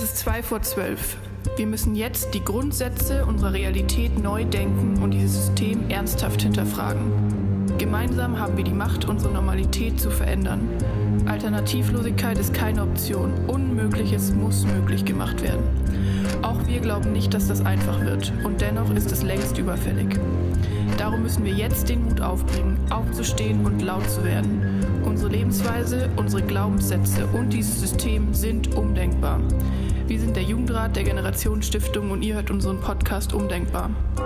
Es ist 11:02. Wir müssen jetzt die Grundsätze unserer Realität neu denken und dieses System ernsthaft hinterfragen. Gemeinsam haben wir die Macht, unsere Normalität zu verändern. Alternativlosigkeit ist keine Option. Unmögliches muss möglich gemacht werden. Auch wir glauben nicht, dass das einfach wird. Und dennoch ist es längst überfällig. Darum müssen wir jetzt den Mut aufbringen, aufzustehen und laut zu werden. Unsere Lebensweise, unsere Glaubenssätze und dieses System sind undenkbar. Wir sind der Jugendrat der Generationsstiftung und ihr hört unseren Podcast Umdenkbar.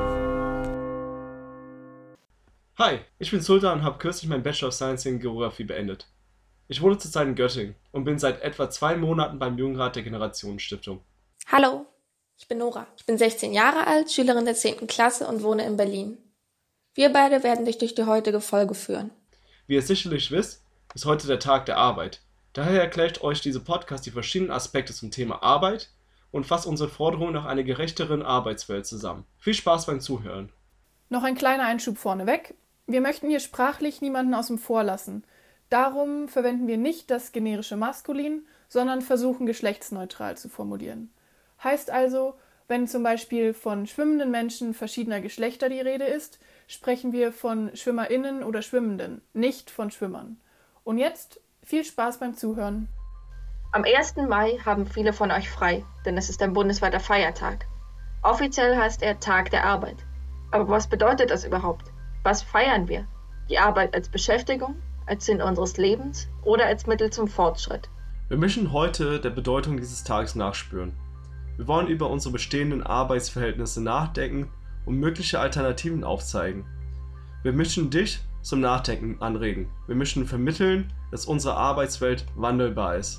Hi, ich bin Sultan und habe kürzlich meinen Bachelor of Science in Geografie beendet. Ich wohne zurzeit in Göttingen und bin seit etwa 2 Monaten beim Jugendrat der Generationsstiftung. Hallo, ich bin Nora. Ich bin 16 Jahre alt, Schülerin der 10. Klasse und wohne in Berlin. Wir beide werden dich durch die heutige Folge führen. Wie ihr sicherlich wisst, ist heute der Tag der Arbeit. Daher erklärt euch dieser Podcast die verschiedenen Aspekte zum Thema Arbeit und fasst unsere Forderungen nach einer gerechteren Arbeitswelt zusammen. Viel Spaß beim Zuhören. Noch ein kleiner Einschub vorneweg. Wir möchten hier sprachlich niemanden außen vor lassen. Darum verwenden wir nicht das generische Maskulin, sondern versuchen geschlechtsneutral zu formulieren. Heißt also, wenn zum Beispiel von schwimmenden Menschen verschiedener Geschlechter die Rede ist, sprechen wir von SchwimmerInnen oder Schwimmenden, nicht von Schwimmern. Und jetzt viel Spaß beim Zuhören. Am 1. Mai haben viele von euch frei, denn es ist ein bundesweiter Feiertag. Offiziell heißt er Tag der Arbeit. Aber was bedeutet das überhaupt? Was feiern wir? Die Arbeit als Beschäftigung, als Sinn unseres Lebens oder als Mittel zum Fortschritt? Wir möchten heute der Bedeutung dieses Tages nachspüren. Wir wollen über unsere bestehenden Arbeitsverhältnisse nachdenken und mögliche Alternativen aufzeigen. Wir möchten dich zum Nachdenken anregen. Wir möchten vermitteln, dass unsere Arbeitswelt wandelbar ist.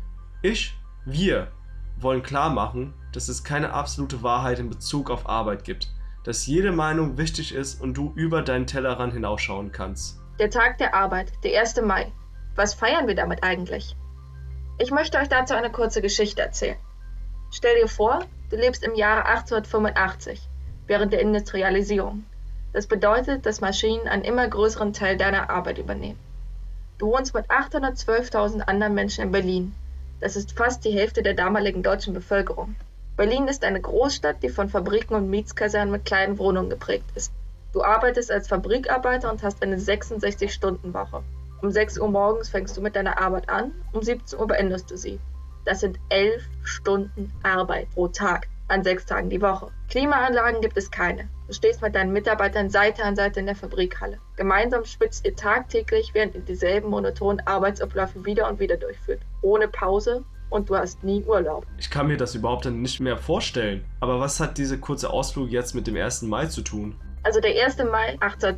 Wir wollen klar machen, dass es keine absolute Wahrheit in Bezug auf Arbeit gibt, dass jede Meinung wichtig ist und du über deinen Tellerrand hinausschauen kannst. Der Tag der Arbeit, der 1. Mai. Was feiern wir damit eigentlich? Ich möchte euch dazu eine kurze Geschichte erzählen. Stell dir vor, du lebst im Jahre 1885, während der Industrialisierung. Das bedeutet, dass Maschinen einen immer größeren Teil deiner Arbeit übernehmen. Du wohnst mit 812.000 anderen Menschen in Berlin. Das ist fast die Hälfte der damaligen deutschen Bevölkerung. Berlin ist eine Großstadt, die von Fabriken und Mietskasernen mit kleinen Wohnungen geprägt ist. Du arbeitest als Fabrikarbeiter und hast eine 66-Stunden-Woche. Um 6 Uhr morgens fängst du mit deiner Arbeit an, um 17 Uhr beendest du sie. Das sind 11 Stunden Arbeit pro Tag, an 6 Tagen die Woche. Klimaanlagen gibt es keine. Du stehst mit deinen Mitarbeitern Seite an Seite in der Fabrikhalle. Gemeinsam schwitzt ihr tagtäglich, während ihr dieselben monotonen Arbeitsabläufe wieder und wieder durchführt. Ohne Pause und du hast nie Urlaub. Ich kann mir das überhaupt nicht mehr vorstellen. Aber was hat diese kurze Ausflug jetzt mit dem 1. Mai zu tun? Also der 1. Mai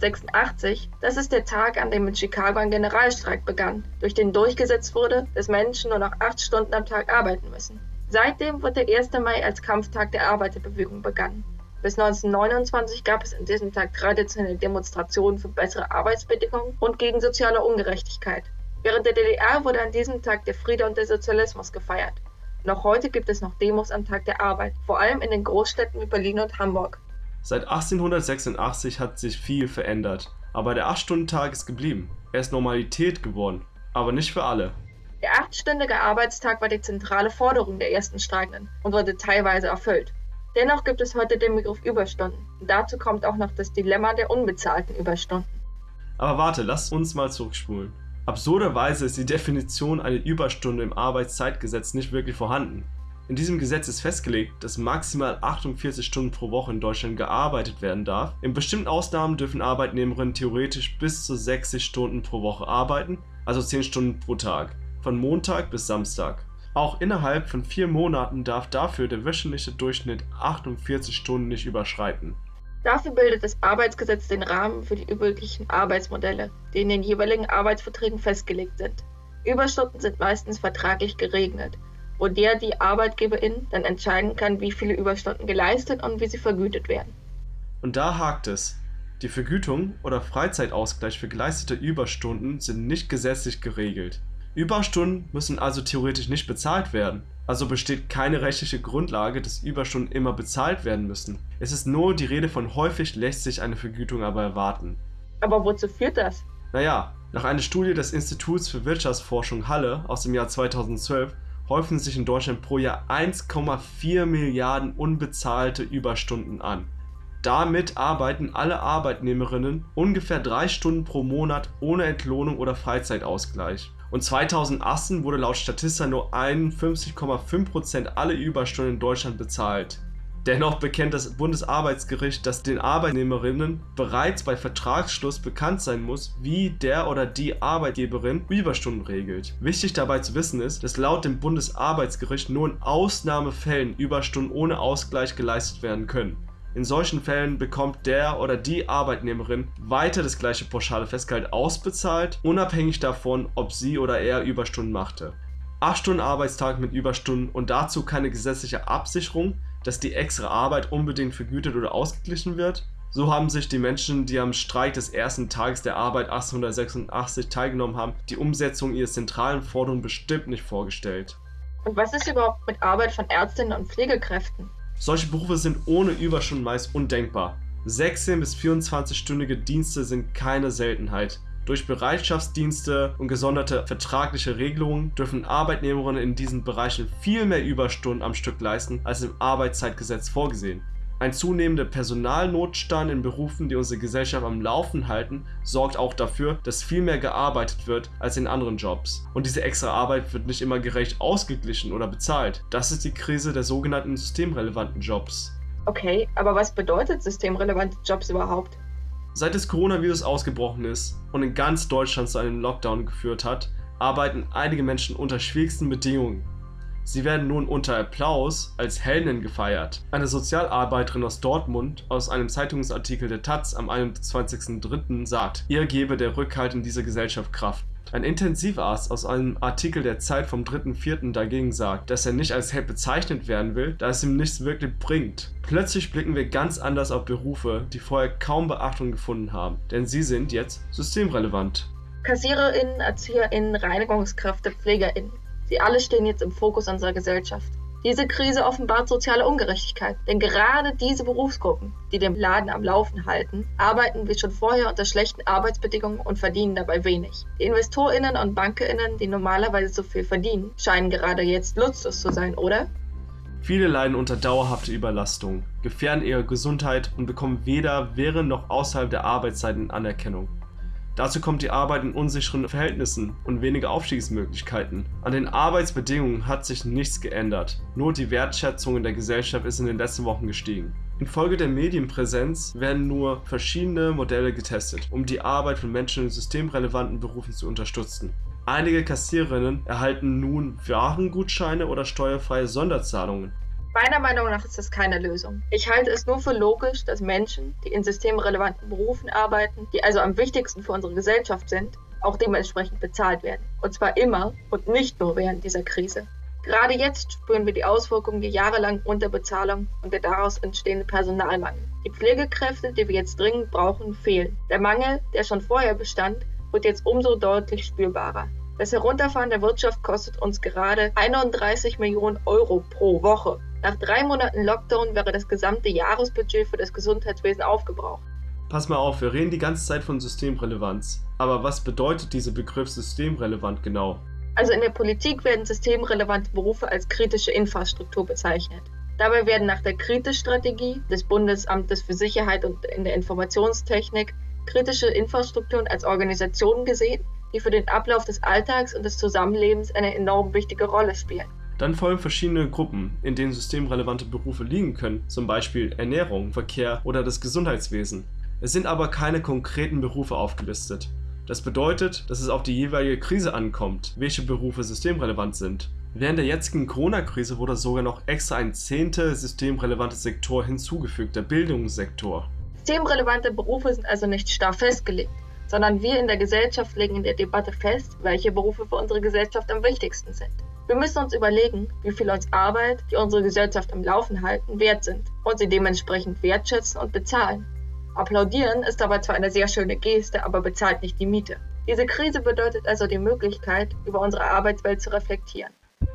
1886, das ist der Tag, an dem in Chicago ein Generalstreik begann, durch den durchgesetzt wurde, dass Menschen nur noch 8 Stunden am Tag arbeiten müssen. Seitdem wird der 1. Mai als Kampftag der Arbeiterbewegung begangen. Bis 1929 gab es an diesem Tag traditionelle Demonstrationen für bessere Arbeitsbedingungen und gegen soziale Ungerechtigkeit. Während der DDR wurde an diesem Tag der Friede und der Sozialismus gefeiert. Noch heute gibt es noch Demos am Tag der Arbeit, vor allem in den Großstädten wie Berlin und Hamburg. Seit 1886 hat sich viel verändert, aber der 8-Stunden-Tag ist geblieben. Er ist Normalität geworden, aber nicht für alle. Der 8-stündige Arbeitstag war die zentrale Forderung der ersten Streikenden und wurde teilweise erfüllt. Dennoch gibt es heute den Begriff Überstunden. Und dazu kommt auch noch das Dilemma der unbezahlten Überstunden. Aber warte, lasst uns mal zurückspulen. Absurderweise ist die Definition einer Überstunde im Arbeitszeitgesetz nicht wirklich vorhanden. In diesem Gesetz ist festgelegt, dass maximal 48 Stunden pro Woche in Deutschland gearbeitet werden darf. In bestimmten Ausnahmen dürfen Arbeitnehmerinnen theoretisch bis zu 60 Stunden pro Woche arbeiten, also 10 Stunden pro Tag, von Montag bis Samstag. Auch innerhalb von 4 Monaten darf dafür der wöchentliche Durchschnitt 48 Stunden nicht überschreiten. Dafür bildet das Arbeitsgesetz den Rahmen für die üblichen Arbeitsmodelle, die in den jeweiligen Arbeitsverträgen festgelegt sind. Überstunden sind meistens vertraglich geregelt, wo die Arbeitgeberin dann entscheiden kann, wie viele Überstunden geleistet und wie sie vergütet werden. Und da hakt es. Die Vergütung oder Freizeitausgleich für geleistete Überstunden sind nicht gesetzlich geregelt. Überstunden müssen also theoretisch nicht bezahlt werden. Also besteht keine rechtliche Grundlage, dass Überstunden immer bezahlt werden müssen. Es ist nur die Rede von häufig lässt sich eine Vergütung aber erwarten. Aber wozu führt das? Naja, nach einer Studie des Instituts für Wirtschaftsforschung Halle aus dem Jahr 2012 häufen sich in Deutschland pro Jahr 1,4 Milliarden unbezahlte Überstunden an. Damit arbeiten alle Arbeitnehmerinnen ungefähr 3 Stunden pro Monat ohne Entlohnung oder Freizeitausgleich. Und 2018 wurde laut Statista nur 51,5% aller Überstunden in Deutschland bezahlt. Dennoch bekennt das Bundesarbeitsgericht, dass den Arbeitnehmerinnen bereits bei Vertragsschluss bekannt sein muss, wie der oder die Arbeitgeberin Überstunden regelt. Wichtig dabei zu wissen ist, dass laut dem Bundesarbeitsgericht nur in Ausnahmefällen Überstunden ohne Ausgleich geleistet werden können. In solchen Fällen bekommt der oder die Arbeitnehmerin weiter das gleiche pauschale Festgehalt ausbezahlt, unabhängig davon, ob sie oder er Überstunden machte. 8 Stunden Arbeitstag mit Überstunden und dazu keine gesetzliche Absicherung, dass die extra Arbeit unbedingt vergütet oder ausgeglichen wird. So haben sich die Menschen, die am Streik des ersten Tages der Arbeit 1886 teilgenommen haben, die Umsetzung ihrer zentralen Forderungen bestimmt nicht vorgestellt. Und was ist überhaupt mit Arbeit von Ärztinnen und Pflegekräften? Solche Berufe sind ohne Überstunden meist undenkbar. 16- bis 24-stündige Dienste sind keine Seltenheit. Durch Bereitschaftsdienste und gesonderte vertragliche Regelungen dürfen Arbeitnehmerinnen in diesen Bereichen viel mehr Überstunden am Stück leisten, als im Arbeitszeitgesetz vorgesehen. Ein zunehmender Personalnotstand in Berufen, die unsere Gesellschaft am Laufen halten, sorgt auch dafür, dass viel mehr gearbeitet wird als in anderen Jobs. Und diese extra Arbeit wird nicht immer gerecht ausgeglichen oder bezahlt. Das ist die Krise der sogenannten systemrelevanten Jobs. Okay, aber was bedeutet systemrelevante Jobs überhaupt? Seit das Coronavirus ausgebrochen ist und in ganz Deutschland zu einem Lockdown geführt hat, arbeiten einige Menschen unter schwierigsten Bedingungen. Sie werden nun unter Applaus als Heldinnen gefeiert. Eine Sozialarbeiterin aus Dortmund aus einem Zeitungsartikel der taz am 21.03. sagt, ihr gebe der Rückhalt in dieser Gesellschaft Kraft. Ein Intensivarzt aus einem Artikel der Zeit vom 3.04. dagegen sagt, dass er nicht als Held bezeichnet werden will, da es ihm nichts wirklich bringt. Plötzlich blicken wir ganz anders auf Berufe, die vorher kaum Beachtung gefunden haben, denn sie sind jetzt systemrelevant. KassiererInnen, ErzieherInnen, Reinigungskräfte, PflegerInnen. Sie alle stehen jetzt im Fokus unserer Gesellschaft. Diese Krise offenbart soziale Ungerechtigkeit, denn gerade diese Berufsgruppen, die den Laden am Laufen halten, arbeiten wie schon vorher unter schlechten Arbeitsbedingungen und verdienen dabei wenig. Die InvestorInnen und BankerInnen, die normalerweise so viel verdienen, scheinen gerade jetzt nutzlos zu sein, oder? Viele leiden unter dauerhafter Überlastung, gefährden ihre Gesundheit und bekommen weder während noch außerhalb der Arbeitszeiten Anerkennung. Dazu kommt die Arbeit in unsicheren Verhältnissen und weniger Aufstiegsmöglichkeiten. An den Arbeitsbedingungen hat sich nichts geändert, nur die Wertschätzung in der Gesellschaft ist in den letzten Wochen gestiegen. Infolge der Medienpräsenz werden nur verschiedene Modelle getestet, um die Arbeit von Menschen in systemrelevanten Berufen zu unterstützen. Einige Kassiererinnen erhalten nun Warengutscheine oder steuerfreie Sonderzahlungen. Meiner Meinung nach ist das keine Lösung. Ich halte es nur für logisch, dass Menschen, die in systemrelevanten Berufen arbeiten, die also am wichtigsten für unsere Gesellschaft sind, auch dementsprechend bezahlt werden. Und zwar immer und nicht nur während dieser Krise. Gerade jetzt spüren wir die Auswirkungen der jahrelangen Unterbezahlung und der daraus entstehende Personalmangel. Die Pflegekräfte, die wir jetzt dringend brauchen, fehlen. Der Mangel, der schon vorher bestand, wird jetzt umso deutlich spürbarer. Das Herunterfahren der Wirtschaft kostet uns gerade 31 Millionen Euro pro Woche. Nach 3 Monaten Lockdown wäre das gesamte Jahresbudget für das Gesundheitswesen aufgebraucht. Pass mal auf, wir reden die ganze Zeit von Systemrelevanz. Aber was bedeutet dieser Begriff systemrelevant genau? Also in der Politik werden systemrelevante Berufe als kritische Infrastruktur bezeichnet. Dabei werden nach der Kritisch-Strategie des Bundesamtes für Sicherheit und in der Informationstechnik kritische Infrastrukturen als Organisationen gesehen, die für den Ablauf des Alltags und des Zusammenlebens eine enorm wichtige Rolle spielen. Dann folgen verschiedene Gruppen, in denen systemrelevante Berufe liegen können, zum Beispiel Ernährung, Verkehr oder das Gesundheitswesen. Es sind aber keine konkreten Berufe aufgelistet. Das bedeutet, dass es auf die jeweilige Krise ankommt, welche Berufe systemrelevant sind. Während der jetzigen Corona-Krise wurde sogar noch extra ein 10. systemrelevantes Sektor hinzugefügt, der Bildungssektor. Systemrelevante Berufe sind also nicht starr festgelegt, sondern wir in der Gesellschaft legen in der Debatte fest, welche Berufe für unsere Gesellschaft am wichtigsten sind. Wir müssen uns überlegen, wie viel uns Arbeit, die unsere Gesellschaft am Laufen halten, wert sind und sie dementsprechend wertschätzen und bezahlen. Applaudieren ist dabei zwar eine sehr schöne Geste, aber bezahlt nicht die Miete. Diese Krise bedeutet also die Möglichkeit, über unsere Arbeitswelt zu reflektieren.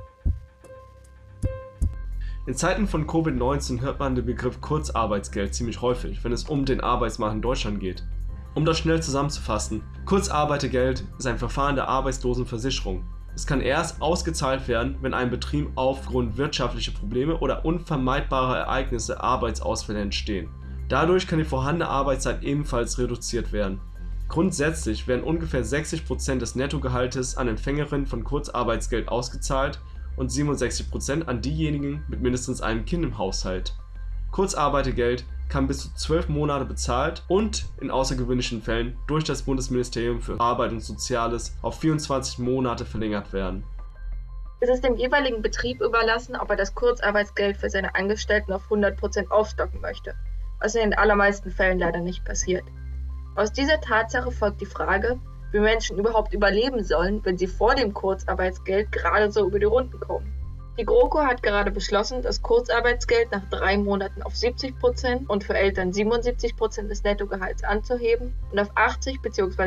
In Zeiten von Covid-19 hört man den Begriff Kurzarbeitsgeld ziemlich häufig, wenn es um den Arbeitsmarkt in Deutschland geht. Um das schnell zusammenzufassen, Kurzarbeitergeld ist ein Verfahren der Arbeitslosenversicherung. Es kann erst ausgezahlt werden, wenn einem Betrieb aufgrund wirtschaftlicher Probleme oder unvermeidbarer Ereignisse Arbeitsausfälle entstehen. Dadurch kann die vorhandene Arbeitszeit ebenfalls reduziert werden. Grundsätzlich werden ungefähr 60% des Nettogehaltes an Empfängerinnen von Kurzarbeitsgeld ausgezahlt und 67% an diejenigen mit mindestens einem Kind im Haushalt. Kurzarbeitergeld kann bis zu 12 Monate bezahlt und in außergewöhnlichen Fällen durch das Bundesministerium für Arbeit und Soziales auf 24 Monate verlängert werden. Es ist dem jeweiligen Betrieb überlassen, ob er das Kurzarbeitsgeld für seine Angestellten auf 100% aufstocken möchte, was in den allermeisten Fällen leider nicht passiert. Aus dieser Tatsache folgt die Frage, wie Menschen überhaupt überleben sollen, wenn sie vor dem Kurzarbeitsgeld gerade so über die Runden kommen. Die GroKo hat gerade beschlossen, das Kurzarbeitsgeld nach 3 Monaten auf 70% und für Eltern 77% des Nettogehalts anzuheben und auf 80 bzw.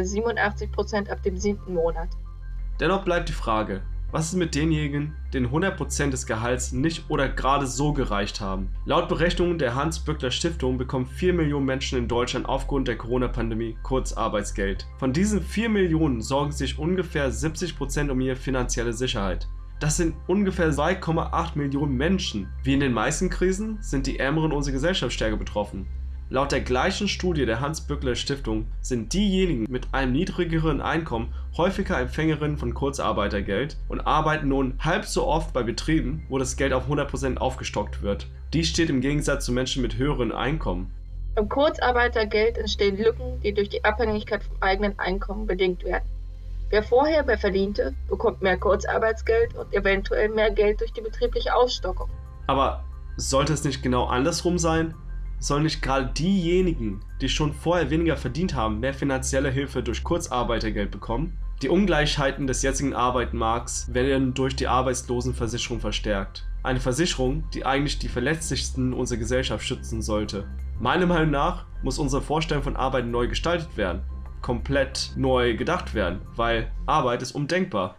87% ab dem 7. Monat. Dennoch bleibt die Frage, was ist mit denjenigen, denen 100% des Gehalts nicht oder gerade so gereicht haben? Laut Berechnungen der Hans-Böckler-Stiftung bekommen 4 Millionen Menschen in Deutschland aufgrund der Corona-Pandemie Kurzarbeitsgeld. Von diesen 4 Millionen sorgen sich ungefähr 70% um ihre finanzielle Sicherheit. Das sind ungefähr 2,8 Millionen Menschen. Wie in den meisten Krisen sind die Ärmeren unserer Gesellschaft stärker betroffen. Laut der gleichen Studie der Hans-Böckler-Stiftung sind diejenigen mit einem niedrigeren Einkommen häufiger Empfängerinnen von Kurzarbeitergeld und arbeiten nun halb so oft bei Betrieben, wo das Geld auf 100% aufgestockt wird. Dies steht im Gegensatz zu Menschen mit höheren Einkommen. Im Kurzarbeitergeld entstehen Lücken, die durch die Abhängigkeit vom eigenen Einkommen bedingt werden. Wer vorher mehr verdiente, bekommt mehr Kurzarbeitsgeld und eventuell mehr Geld durch die betriebliche Aufstockung. Aber sollte es nicht genau andersrum sein? Sollen nicht gerade diejenigen, die schon vorher weniger verdient haben, mehr finanzielle Hilfe durch Kurzarbeitergeld bekommen? Die Ungleichheiten des jetzigen Arbeitsmarkts werden durch die Arbeitslosenversicherung verstärkt. Eine Versicherung, die eigentlich die Verletzlichsten unserer Gesellschaft schützen sollte. Meiner Meinung nach muss unsere Vorstellung von Arbeit neu gestaltet werden. Komplett neu gedacht werden, weil Arbeit ist undenkbar.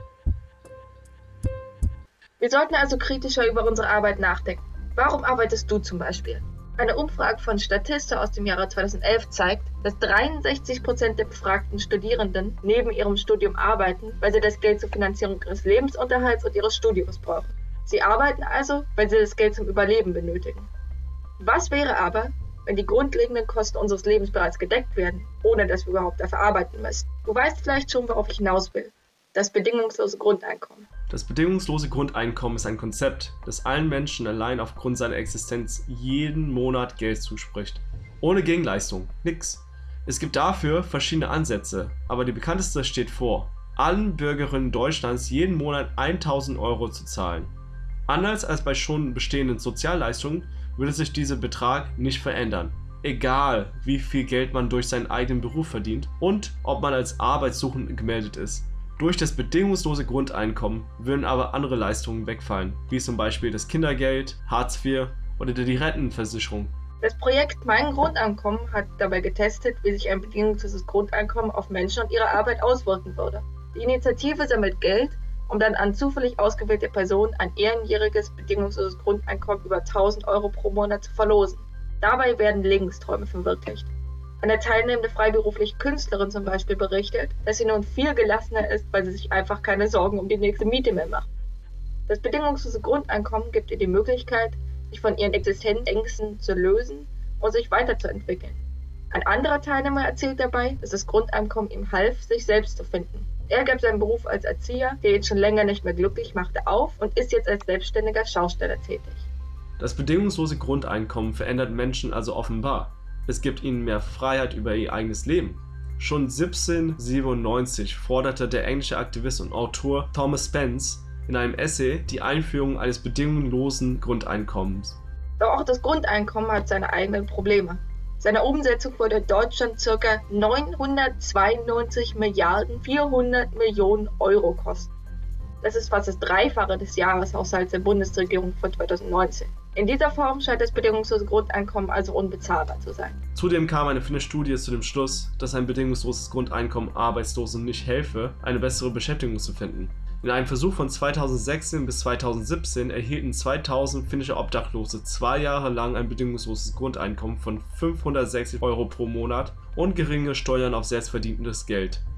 Wir sollten also kritischer über unsere Arbeit nachdenken. Warum arbeitest du zum Beispiel? Eine Umfrage von Statista aus dem Jahre 2011 zeigt, dass 63% der befragten Studierenden neben ihrem Studium arbeiten, weil sie das Geld zur Finanzierung ihres Lebensunterhalts und ihres Studiums brauchen. Sie arbeiten also, weil sie das Geld zum Überleben benötigen. Was wäre aber, wenn die grundlegenden Kosten unseres Lebens bereits gedeckt werden, ohne dass wir überhaupt dafür arbeiten müssen? Du weißt vielleicht schon, worauf ich hinaus will. Das bedingungslose Grundeinkommen. Das bedingungslose Grundeinkommen ist ein Konzept, das allen Menschen allein aufgrund seiner Existenz jeden Monat Geld zuspricht. Ohne Gegenleistung. Nix. Es gibt dafür verschiedene Ansätze, aber die bekannteste steht vor, allen Bürgerinnen Deutschlands jeden Monat 1.000 Euro zu zahlen. Anders als bei schon bestehenden Sozialleistungen würde sich dieser Betrag nicht verändern. Egal, wie viel Geld man durch seinen eigenen Beruf verdient und ob man als Arbeitssuchend gemeldet ist. Durch das bedingungslose Grundeinkommen würden aber andere Leistungen wegfallen, wie zum Beispiel das Kindergeld, Hartz IV oder die Rentenversicherung. Das Projekt Mein Grundeinkommen hat dabei getestet, wie sich ein bedingungsloses Grundeinkommen auf Menschen und ihre Arbeit auswirken würde. Die Initiative sammelt Geld, um dann an zufällig ausgewählte Personen ein ehrenjähriges bedingungsloses Grundeinkommen über 1.000 Euro pro Monat zu verlosen. Dabei werden Lebensträume verwirklicht. Eine teilnehmende freiberufliche Künstlerin zum Beispiel berichtet, dass sie nun viel gelassener ist, weil sie sich einfach keine Sorgen um die nächste Miete mehr macht. Das bedingungslose Grundeinkommen gibt ihr die Möglichkeit, sich von ihren Existenzängsten zu lösen und sich weiterzuentwickeln. Ein anderer Teilnehmer erzählt dabei, dass das Grundeinkommen ihm half, sich selbst zu finden. Er gab seinen Beruf als Erzieher, der ihn schon länger nicht mehr glücklich machte, auf und ist jetzt als selbstständiger Schausteller tätig. Das bedingungslose Grundeinkommen verändert Menschen also offenbar. Es gibt ihnen mehr Freiheit über ihr eigenes Leben. Schon 1797 forderte der englische Aktivist und Autor Thomas Spence in einem Essay die Einführung eines bedingungslosen Grundeinkommens. Doch auch das Grundeinkommen hat seine eigenen Probleme. Seine Umsetzung würde in Deutschland ca. 992.400.000.000 Euro kosten. Das ist fast das Dreifache des Jahreshaushalts der Bundesregierung von 2019. In dieser Form scheint das bedingungslose Grundeinkommen also unbezahlbar zu sein. Zudem kam eine finnische Studie zu dem Schluss, dass ein bedingungsloses Grundeinkommen Arbeitslosen nicht helfe, eine bessere Beschäftigung zu finden. In einem Versuch von 2016 bis 2017 erhielten 2000 finnische Obdachlose 2 Jahre lang ein bedingungsloses Grundeinkommen von 560 Euro pro Monat und geringe Steuern auf selbstverdientes Geld.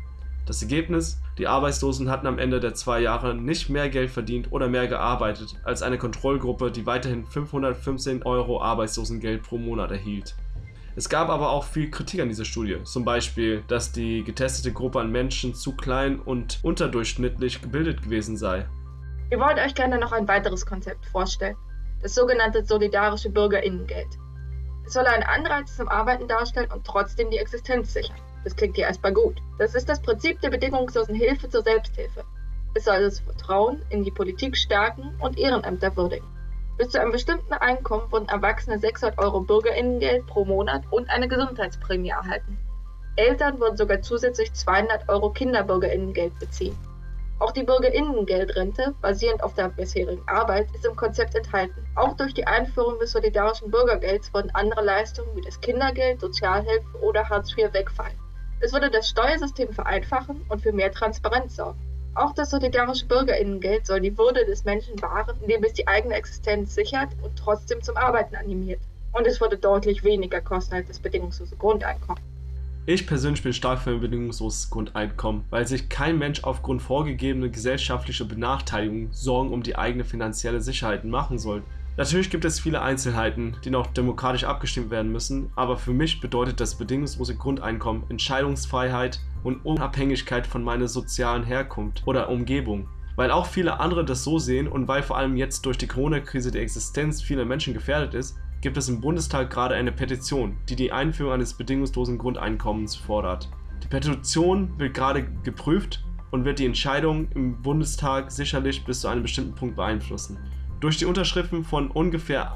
Das Ergebnis? Die Arbeitslosen hatten am Ende der 2 Jahre nicht mehr Geld verdient oder mehr gearbeitet als eine Kontrollgruppe, die weiterhin 515 € Arbeitslosengeld pro Monat erhielt. Es gab aber auch viel Kritik an dieser Studie, zum Beispiel, dass die getestete Gruppe an Menschen zu klein und unterdurchschnittlich gebildet gewesen sei. Wir wollen euch gerne noch ein weiteres Konzept vorstellen, das sogenannte solidarische BürgerInnengeld. Es soll einen Anreiz zum Arbeiten darstellen und trotzdem die Existenz sichern. Das klingt hier erstmal gut. Das ist das Prinzip der bedingungslosen Hilfe zur Selbsthilfe. Es soll das Vertrauen in die Politik stärken und Ehrenämter würdigen. Bis zu einem bestimmten Einkommen wurden Erwachsene 600 € BürgerInnengeld pro Monat und eine Gesundheitsprämie erhalten. Eltern würden sogar zusätzlich 200 € Kinderbürgerinnengeld beziehen. Auch die Bürgerinnengeldrente, basierend auf der bisherigen Arbeit, ist im Konzept enthalten. Auch durch die Einführung des solidarischen Bürgergelds würden andere Leistungen wie das Kindergeld, Sozialhilfe oder Hartz IV wegfallen. Es würde das Steuersystem vereinfachen und für mehr Transparenz sorgen. Auch das solidarische Bürgerinnengeld soll die Würde des Menschen wahren, indem es die eigene Existenz sichert und trotzdem zum Arbeiten animiert. Und es würde deutlich weniger kosten als das bedingungslose Grundeinkommen. Ich persönlich bin stark für ein bedingungsloses Grundeinkommen, weil sich kein Mensch aufgrund vorgegebener gesellschaftlicher Benachteiligungen Sorgen um die eigene finanzielle Sicherheit machen soll. Natürlich gibt es viele Einzelheiten, die noch demokratisch abgestimmt werden müssen, aber für mich bedeutet das bedingungslose Grundeinkommen Entscheidungsfreiheit und Unabhängigkeit von meiner sozialen Herkunft oder Umgebung. Weil auch viele andere das so sehen und weil vor allem jetzt durch die Corona-Krise die Existenz vieler Menschen gefährdet ist, gibt es im Bundestag gerade eine Petition, die die Einführung eines bedingungslosen Grundeinkommens fordert. Die Petition wird gerade geprüft und wird die Entscheidung im Bundestag sicherlich bis zu einem bestimmten Punkt beeinflussen. Durch die Unterschriften von ungefähr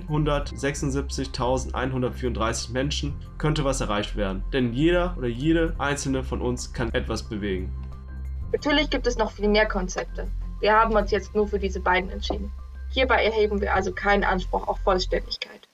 176.134 Menschen könnte was erreicht werden, denn jeder oder jede einzelne von uns kann etwas bewegen. Natürlich gibt es noch viel mehr Konzepte. Wir haben uns jetzt nur für diese beiden entschieden. Hierbei erheben wir also keinen Anspruch auf Vollständigkeit.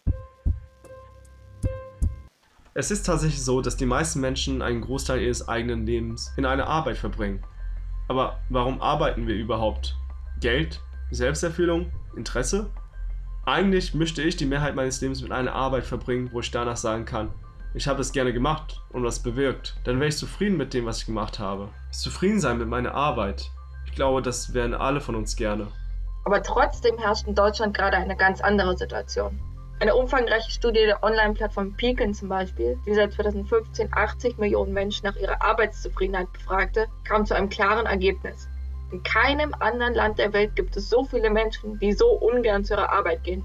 Es ist tatsächlich so, dass die meisten Menschen einen Großteil ihres eigenen Lebens in einer Arbeit verbringen. Aber warum arbeiten wir überhaupt? Geld? Selbsterfüllung? Interesse? Eigentlich möchte ich die Mehrheit meines Lebens mit einer Arbeit verbringen, wo ich danach sagen kann, ich habe es gerne gemacht und was bewirkt. Dann wäre ich zufrieden mit dem, was ich gemacht habe. Zufrieden sein mit meiner Arbeit. Ich glaube, das wären alle von uns gerne. Aber trotzdem herrscht in Deutschland gerade eine ganz andere Situation. Eine umfangreiche Studie der Online-Plattform Peakon zum Beispiel, die seit 2015 80 Millionen Menschen nach ihrer Arbeitszufriedenheit befragte, kam zu einem klaren Ergebnis. In keinem anderen Land der Welt gibt es so viele Menschen, die so ungern zu ihrer Arbeit gehen.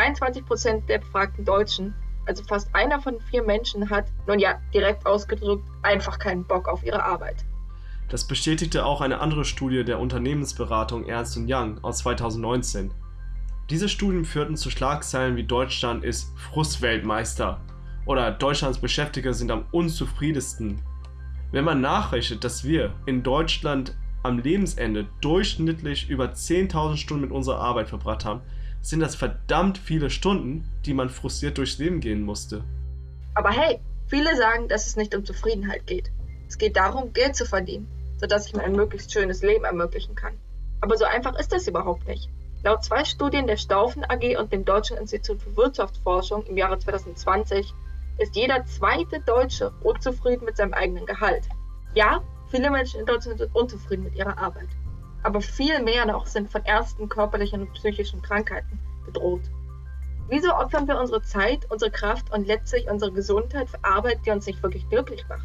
23% der befragten Deutschen, also fast einer von 4 Menschen, hat, nun ja, direkt ausgedrückt, einfach keinen Bock auf ihre Arbeit. Das bestätigte auch eine andere Studie der Unternehmensberatung Ernst & Young aus 2019. Diese Studien führten zu Schlagzeilen wie Deutschland ist Frustweltmeister oder Deutschlands Beschäftigte sind am unzufriedensten. Wenn man nachrechnet, dass wir in Deutschland am Lebensende durchschnittlich über 10.000 Stunden mit unserer Arbeit verbracht haben, sind das verdammt viele Stunden, die man frustriert durchs Leben gehen musste. Aber hey, viele sagen, dass es nicht um Zufriedenheit geht. Es geht darum, Geld zu verdienen, sodass ich mir ein möglichst schönes Leben ermöglichen kann. Aber so einfach ist das überhaupt nicht. Laut 2 Studien der Staufen AG und dem Deutschen Institut für Wirtschaftsforschung im Jahre 2020 ist jeder zweite Deutsche unzufrieden mit seinem eigenen Gehalt. Ja, viele Menschen in Deutschland sind unzufrieden mit ihrer Arbeit. Aber viel mehr noch sind von ernsten körperlichen und psychischen Krankheiten bedroht. Wieso opfern wir unsere Zeit, unsere Kraft und letztlich unsere Gesundheit für Arbeit, die uns nicht wirklich glücklich macht?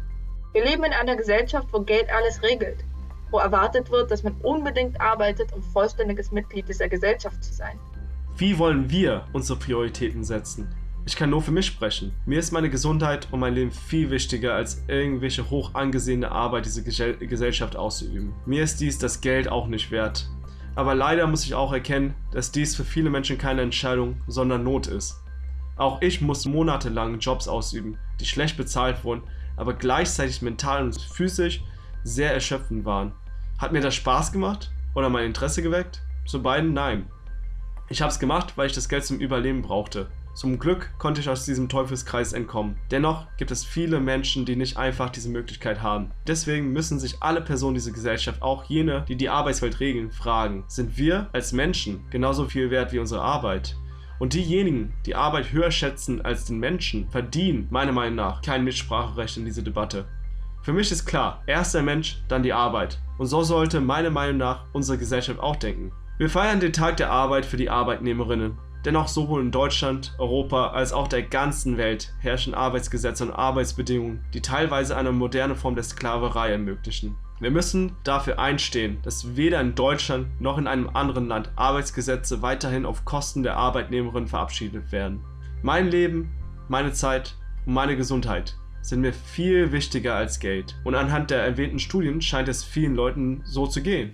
Wir leben in einer Gesellschaft, wo Geld alles regelt, wo erwartet wird, dass man unbedingt arbeitet, um vollständiges Mitglied dieser Gesellschaft zu sein. Wie wollen wir unsere Prioritäten setzen? Ich kann nur für mich sprechen. Mir ist meine Gesundheit und mein Leben viel wichtiger, als irgendwelche hoch angesehene Arbeit diese Gesellschaft auszuüben. Mir ist dies das Geld auch nicht wert. Aber leider muss ich auch erkennen, dass dies für viele Menschen keine Entscheidung, sondern Not ist. Auch ich muss monatelang Jobs ausüben, die schlecht bezahlt wurden, aber gleichzeitig mental und physisch sehr erschöpfend waren. Hat mir das Spaß gemacht oder mein Interesse geweckt? Zu beiden nein. Ich habe es gemacht, weil ich das Geld zum Überleben brauchte. Zum Glück konnte ich aus diesem Teufelskreis entkommen. Dennoch gibt es viele Menschen, die nicht einfach diese Möglichkeit haben. Deswegen müssen sich alle Personen dieser Gesellschaft, auch jene, die die Arbeitswelt regeln, fragen: Sind wir als Menschen genauso viel wert wie unsere Arbeit? Und diejenigen, die Arbeit höher schätzen als den Menschen, verdienen meiner Meinung nach kein Mitspracherecht in dieser Debatte. Für mich ist klar, erst der Mensch, dann die Arbeit. Und so sollte meiner Meinung nach unsere Gesellschaft auch denken. Wir feiern den Tag der Arbeit für die Arbeitnehmerinnen. Dennoch sowohl in Deutschland, Europa als auch der ganzen Welt herrschen Arbeitsgesetze und Arbeitsbedingungen, die teilweise eine moderne Form der Sklaverei ermöglichen. Wir müssen dafür einstehen, dass weder in Deutschland noch in einem anderen Land Arbeitsgesetze weiterhin auf Kosten der Arbeitnehmerinnen verabschiedet werden. Mein Leben, meine Zeit und meine Gesundheit sind mir viel wichtiger als Geld. Und anhand der erwähnten Studien scheint es vielen Leuten so zu gehen.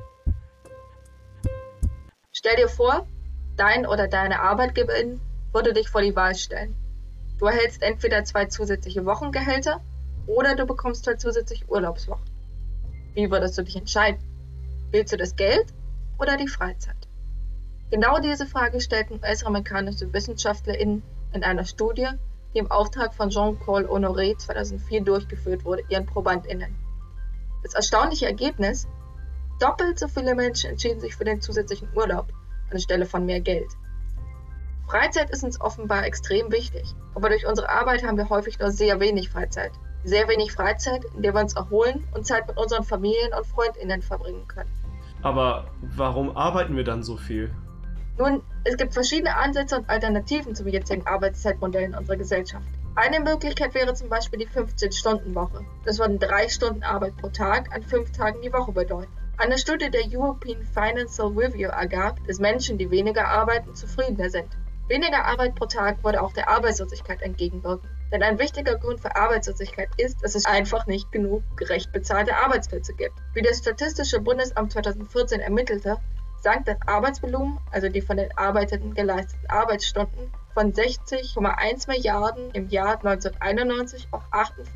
Stell dir vor, dein oder deine Arbeitgeberin würde dich vor die Wahl stellen. Du erhältst entweder 2 zusätzliche Wochengehälter oder du bekommst 2 zusätzliche Urlaubswochen. Wie würdest du dich entscheiden? Willst du das Geld oder die Freizeit? Genau diese Frage stellten US-amerikanische WissenschaftlerInnen in einer Studie, die im Auftrag von Jean-Paul Honoré 2004 durchgeführt wurde, ihren ProbandInnen. Das erstaunliche Ergebnis: doppelt so viele Menschen entschieden sich für den zusätzlichen Urlaub anstelle von mehr Geld. Freizeit ist uns offenbar extrem wichtig, aber durch unsere Arbeit haben wir häufig nur sehr wenig Freizeit. Sehr wenig Freizeit, in der wir uns erholen und Zeit mit unseren Familien und FreundInnen verbringen können. Aber warum arbeiten wir dann so viel? Nun, es gibt verschiedene Ansätze und Alternativen zum jetzigen Arbeitszeitmodell in unserer Gesellschaft. Eine Möglichkeit wäre zum Beispiel die 15-Stunden-Woche. Das würden 3 Stunden Arbeit pro Tag an 5 Tagen die Woche bedeuten. Eine Studie der European Financial Review ergab, dass Menschen, die weniger arbeiten, zufriedener sind. Weniger Arbeit pro Tag würde auch der Arbeitslosigkeit entgegenwirken. Denn ein wichtiger Grund für Arbeitslosigkeit ist, dass es einfach nicht genug gerecht bezahlte Arbeitsplätze gibt. Wie das Statistische Bundesamt 2014 ermittelte, sank das Arbeitsvolumen, also die von den Arbeitenden geleisteten Arbeitsstunden, von 60,1 Milliarden im Jahr 1991 auf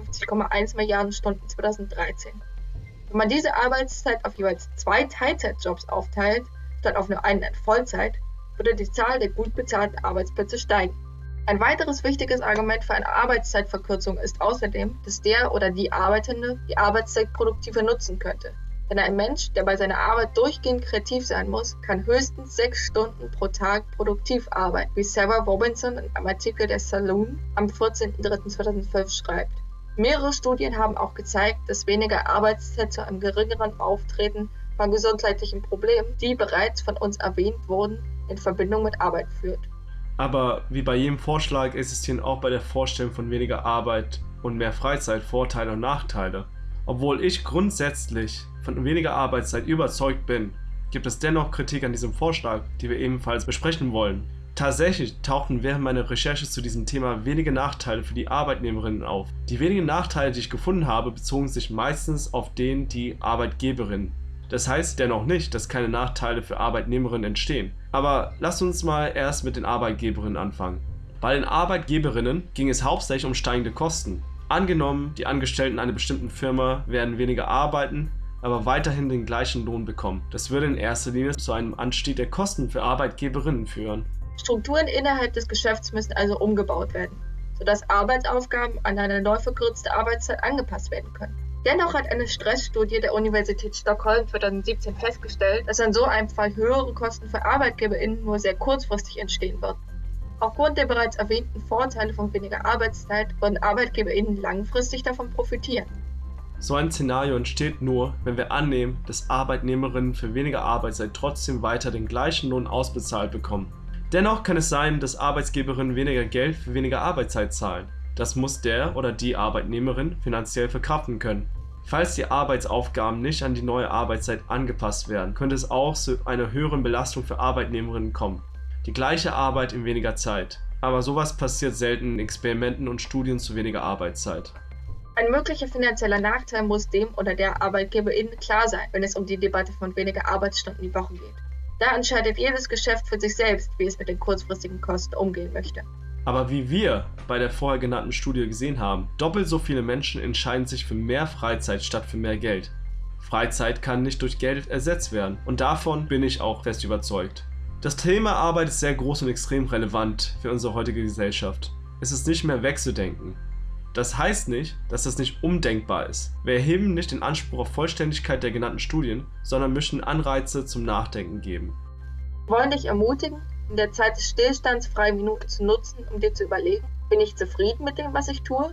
58,1 Milliarden Stunden 2013. Wenn man diese Arbeitszeit auf jeweils 2 Teilzeitjobs aufteilt, statt auf nur einen in Vollzeit, würde die Zahl der gut bezahlten Arbeitsplätze steigen. Ein weiteres wichtiges Argument für eine Arbeitszeitverkürzung ist außerdem, dass der oder die Arbeitende die Arbeitszeit produktiver nutzen könnte. Denn ein Mensch, der bei seiner Arbeit durchgehend kreativ sein muss, kann höchstens 6 Stunden pro Tag produktiv arbeiten, wie Sarah Robinson in einem Artikel der Saloon am 14.03.2012 schreibt. Mehrere Studien haben auch gezeigt, dass weniger Arbeitszeit zu einem geringeren Auftreten von gesundheitlichen Problemen, die bereits von uns erwähnt wurden, in Verbindung mit Arbeit führt. Aber wie bei jedem Vorschlag existieren auch bei der Vorstellung von weniger Arbeit und mehr Freizeit Vorteile und Nachteile. Obwohl ich grundsätzlich von weniger Arbeitszeit überzeugt bin, gibt es dennoch Kritik an diesem Vorschlag, die wir ebenfalls besprechen wollen. Tatsächlich tauchten während meiner Recherche zu diesem Thema wenige Nachteile für die Arbeitnehmerinnen auf. Die wenigen Nachteile, die ich gefunden habe, bezogen sich meistens auf die Arbeitgeberinnen. Das heißt dennoch nicht, dass keine Nachteile für Arbeitnehmerinnen entstehen. Aber lasst uns mal erst mit den Arbeitgeberinnen anfangen. Bei den Arbeitgeberinnen ging es hauptsächlich um steigende Kosten. Angenommen, die Angestellten einer bestimmten Firma werden weniger arbeiten, aber weiterhin den gleichen Lohn bekommen. Das würde in erster Linie zu einem Anstieg der Kosten für Arbeitgeberinnen führen. Strukturen innerhalb des Geschäfts müssen also umgebaut werden, sodass Arbeitsaufgaben an eine neu verkürzte Arbeitszeit angepasst werden können. Dennoch hat eine Stressstudie der Universität Stockholm 2017 festgestellt, dass in so einem Fall höhere Kosten für ArbeitgeberInnen nur sehr kurzfristig entstehen würden. Aufgrund der bereits erwähnten Vorteile von weniger Arbeitszeit würden ArbeitgeberInnen langfristig davon profitieren. So ein Szenario entsteht nur, wenn wir annehmen, dass Arbeitnehmerinnen für weniger Arbeitszeit trotzdem weiter den gleichen Lohn ausbezahlt bekommen. Dennoch kann es sein, dass Arbeitgeberinnen weniger Geld für weniger Arbeitszeit zahlen. Das muss der oder die Arbeitnehmerin finanziell verkraften können. Falls die Arbeitsaufgaben nicht an die neue Arbeitszeit angepasst werden, könnte es auch zu einer höheren Belastung für Arbeitnehmerinnen kommen. Die gleiche Arbeit in weniger Zeit. Aber sowas passiert selten in Experimenten und Studien zu weniger Arbeitszeit. Ein möglicher finanzieller Nachteil muss dem oder der Arbeitgeberin klar sein, wenn es um die Debatte von weniger Arbeitsstunden die Woche geht. Da entscheidet jedes Geschäft für sich selbst, wie es mit den kurzfristigen Kosten umgehen möchte. Aber wie wir bei der vorher genannten Studie gesehen haben, doppelt so viele Menschen entscheiden sich für mehr Freizeit statt für mehr Geld. Freizeit kann nicht durch Geld ersetzt werden und davon bin ich auch fest überzeugt. Das Thema Arbeit ist sehr groß und extrem relevant für unsere heutige Gesellschaft. Es ist nicht mehr wegzudenken. Das heißt nicht, dass das nicht umdenkbar ist. Wir erheben nicht den Anspruch auf Vollständigkeit der genannten Studien, sondern möchten Anreize zum Nachdenken geben. Wir wollen dich ermutigen, in der Zeit des Stillstands freie Minuten zu nutzen, um dir zu überlegen, bin ich zufrieden mit dem, was ich tue?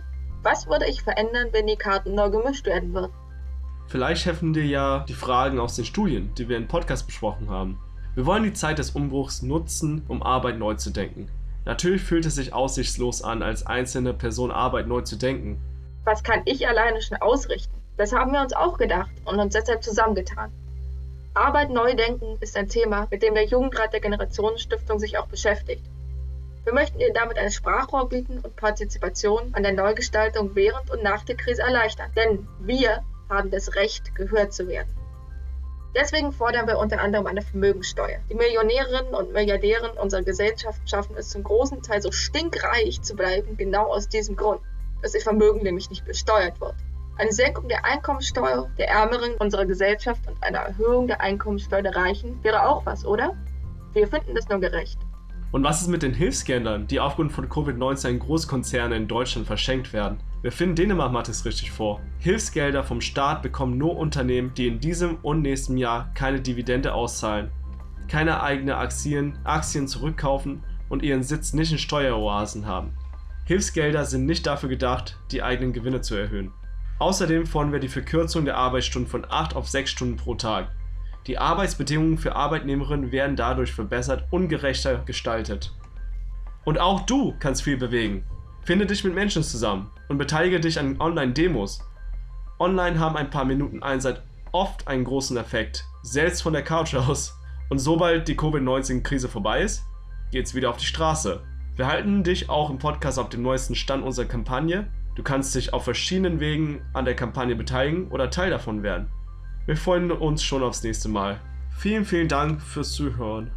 Was würde ich verändern, wenn die Karten neu gemischt werden würden? Vielleicht helfen dir ja die Fragen aus den Studien, die wir im Podcast besprochen haben. Wir wollen die Zeit des Umbruchs nutzen, um Arbeit neu zu denken. Natürlich fühlt es sich aussichtslos an, als einzelne Person Arbeit neu zu denken. Was kann ich alleine schon ausrichten? Das haben wir uns auch gedacht und uns deshalb zusammengetan. Arbeit neu denken ist ein Thema, mit dem der Jugendrat der Generationenstiftung sich auch beschäftigt. Wir möchten Ihnen damit ein Sprachrohr bieten und Partizipation an der Neugestaltung während und nach der Krise erleichtern. Denn wir haben das Recht, gehört zu werden. Deswegen fordern wir unter anderem eine Vermögenssteuer. Die Millionärinnen und Milliardäre unserer Gesellschaft schaffen es zum großen Teil so stinkreich zu bleiben, genau aus diesem Grund, dass ihr Vermögen nämlich nicht besteuert wird. Eine Senkung der Einkommensteuer der Ärmeren unserer Gesellschaft und eine Erhöhung der Einkommensteuer der Reichen wäre auch was, oder? Wir finden das nur gerecht. Und was ist mit den Hilfsgeldern, die aufgrund von Covid-19 in Großkonzernen in Deutschland verschenkt werden? Wir finden Dänemark macht es richtig vor. Hilfsgelder vom Staat bekommen nur Unternehmen, die in diesem und nächsten Jahr keine Dividende auszahlen, keine eigenen Aktien zurückkaufen und ihren Sitz nicht in Steueroasen haben. Hilfsgelder sind nicht dafür gedacht, die eigenen Gewinne zu erhöhen. Außerdem fordern wir die Verkürzung der Arbeitsstunden von 8 auf 6 Stunden pro Tag. Die Arbeitsbedingungen für Arbeitnehmerinnen werden dadurch verbessert und gerechter gestaltet. Und auch du kannst viel bewegen. Finde dich mit Menschen zusammen und beteilige dich an Online-Demos. Online haben ein paar Minuten Einsatz oft einen großen Effekt, selbst von der Couch aus. Und sobald die Covid-19-Krise vorbei ist, geht's wieder auf die Straße. Wir halten dich auch im Podcast auf dem neuesten Stand unserer Kampagne. Du kannst dich auf verschiedenen Wegen an der Kampagne beteiligen oder Teil davon werden. Wir freuen uns schon aufs nächste Mal. Vielen Dank fürs Zuhören.